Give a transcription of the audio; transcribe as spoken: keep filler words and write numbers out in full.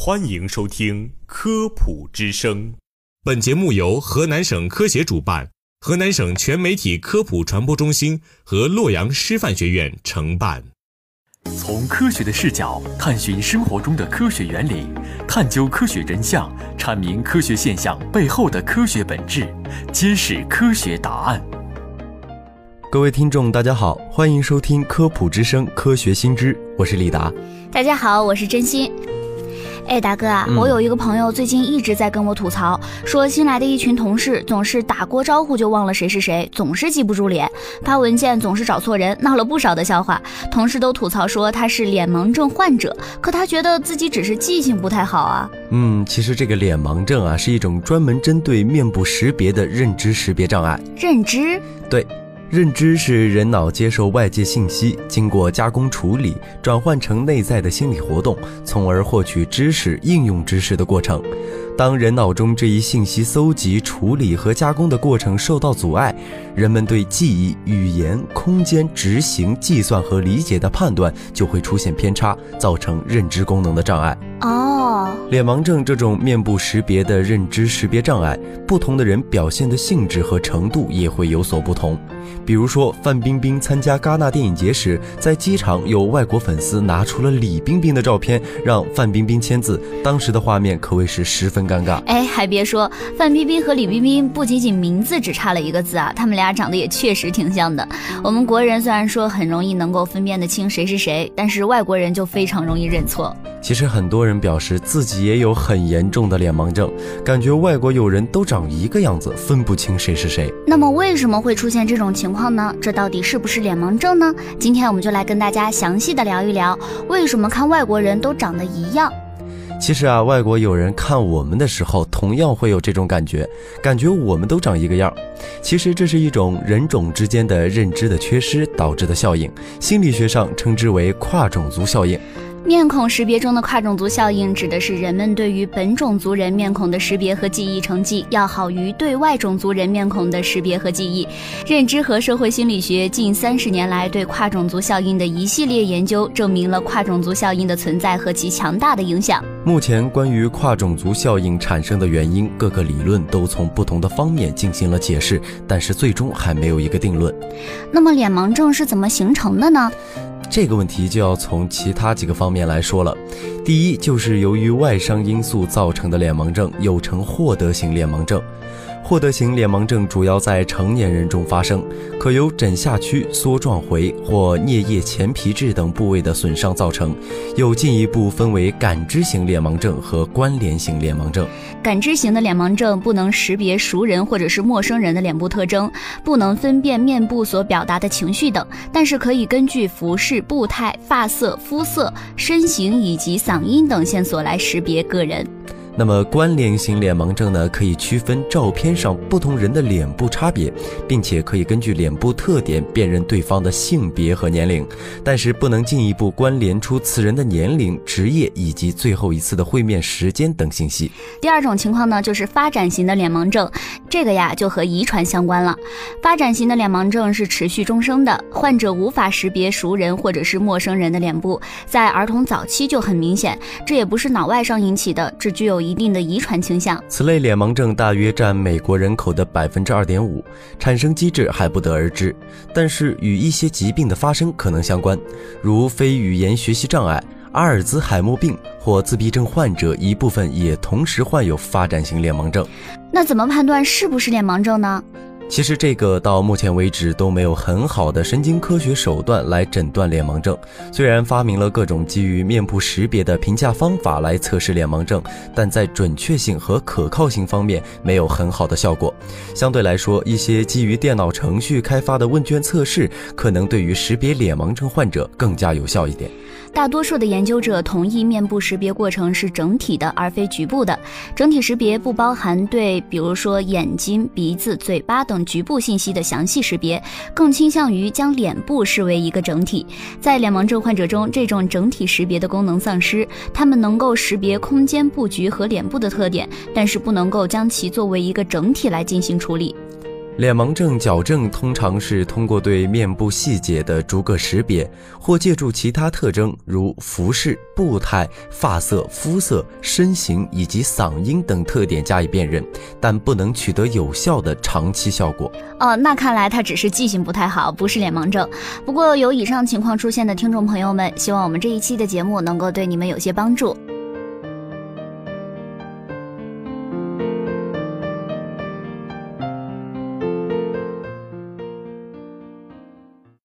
欢迎收听科普之声。 本节目由河南省科协主办，河南省全媒体科普传播中心和洛阳师范学院承办。 从科学的视角探寻生活中的科学原理，探究科学真相，阐明科学现象背后的科学本质，揭示科学答案。 各位听众大家好，欢迎收听科普之声科学新知，我是李达。 大家好，我是真心。哎，达哥啊、嗯，我有一个朋友最近一直在跟我吐槽，说新来的一群同事总是打过招呼就忘了谁是谁，总是记不住脸，发文件总是找错人，闹了不少的笑话。同事都吐槽说他是脸盲症患者，可他觉得自己只是记性不太好啊。 嗯，其实这个脸盲症啊，是一种专门针对面部识别的认知识别障碍。 认知？ 对。认知是人脑接受外界信息，经过加工处理，转换成内在的心理活动，从而获取知识、应用知识的过程。当人脑中这一信息搜集、处理和加工的过程受到阻碍，人们对记忆、语言、空间、执行、计算和理解的判断就会出现偏差，造成认知功能的障碍。 哦， 脸盲症这种面部识别的认知识别障碍，不同的人表现的性质和程度也会有所不同。比如说，范冰冰参加戛纳电影节时，在机场有外国粉丝拿出了李冰冰的照片，让范冰冰签字，当时的画面可谓是十分尴尬。 哎，还别说，范冰冰和李冰冰不仅仅名字只差了一个字啊，他们俩长得也确实挺像的。我们国人虽然说很容易能够分辨得清谁是谁，但是外国人就非常容易认错。 其实很多人表示自己也有很严重的脸盲症，感觉外国友人都长一个样子，分不清谁是谁。 那么为什么会出现这种情况呢？这到底是不是脸盲症呢？今天我们就来跟大家详细的聊一聊，为什么看外国人都长得一样。 其实啊，外国友人看我们的时候同样会有这种感觉，感觉我们都长一个样。其实这是一种人种之间的认知的缺失导致的效应，心理学上称之为跨种族效应。 面孔识别中的跨种族效应指的是人们对于本种族人面孔的识别和记忆成绩要好于对外种族人面孔的识别和记忆。认知和社会心理学近三十年来对跨种族效应的一系列研究，证明了跨种族效应的存在和其强大的影响。 目前关于跨种族效应产生的原因，各个理论都从不同的方面进行了解释，但是最终还没有一个定论。 那么脸盲症是怎么形成的呢？ 这个问题就要从其他几个方面来说了。第一，就是由于外伤因素造成的脸盲症，又称获得型脸盲症。获得型脸盲症主要在成年人中发生，可由枕下区、梭状回或颞叶前皮质等部位的损伤造成，又进一步分为感知型脸盲症和关联型脸盲症。 感知型的脸盲症不能识别熟人或者是陌生人的脸部特征，不能分辨面部所表达的情绪等，但是可以根据服饰、步态、发色、肤色、身形以及嗓音等线索来识别个人。 那么关联型脸盲症呢，可以区分照片上不同人的脸部差别，并且可以根据脸部特点辨认对方的性别和年龄，但是不能进一步关联出此人的年龄、职业以及最后一次的会面时间等信息。 第二种情况呢，就是发展型的脸盲症，这个呀就和遗传相关了。发展型的脸盲症是持续终生的，患者无法识别熟人或者是陌生人的脸部，在儿童早期就很明显，这也不是脑外伤引起的，只具有一定的遗传倾向。 此类脸盲症大约占美国人口的 百分之二点五， 产生机制还不得而知，但是与一些疾病的发生可能相关，如非语言学习障碍、阿尔兹海默病或自闭症患者一部分也同时患有发展型脸盲症。 那怎么判断是不是脸盲症呢？ 其实这个到目前为止都没有很好的神经科学手段来诊断脸盲症。虽然发明了各种基于面部识别的评价方法来测试脸盲症，但在准确性和可靠性方面没有很好的效果。相对来说，一些基于电脑程序开发的问卷测试可能对于识别脸盲症患者更加有效一点。 大多数的研究者同意面部识别过程是整体的而非局部的，整体识别不包含对比如说眼睛、鼻子、嘴巴等局部信息的详细识别，更倾向于将脸部视为一个整体。在脸盲症患者中，这种整体识别的功能丧失，他们能够识别空间布局和脸部的特点，但是不能够将其作为一个整体来进行处理。 脸盲症矫正通常是通过对面部细节的逐个识别，或借助其他特征如服饰、步态、发色、肤色、身形以及嗓音等特点加以辨认，但不能取得有效的长期效果。 哦，那看来他只是记性不太好，不是脸盲症。不过有以上情况出现的听众朋友们，希望我们这一期的节目能够对你们有些帮助。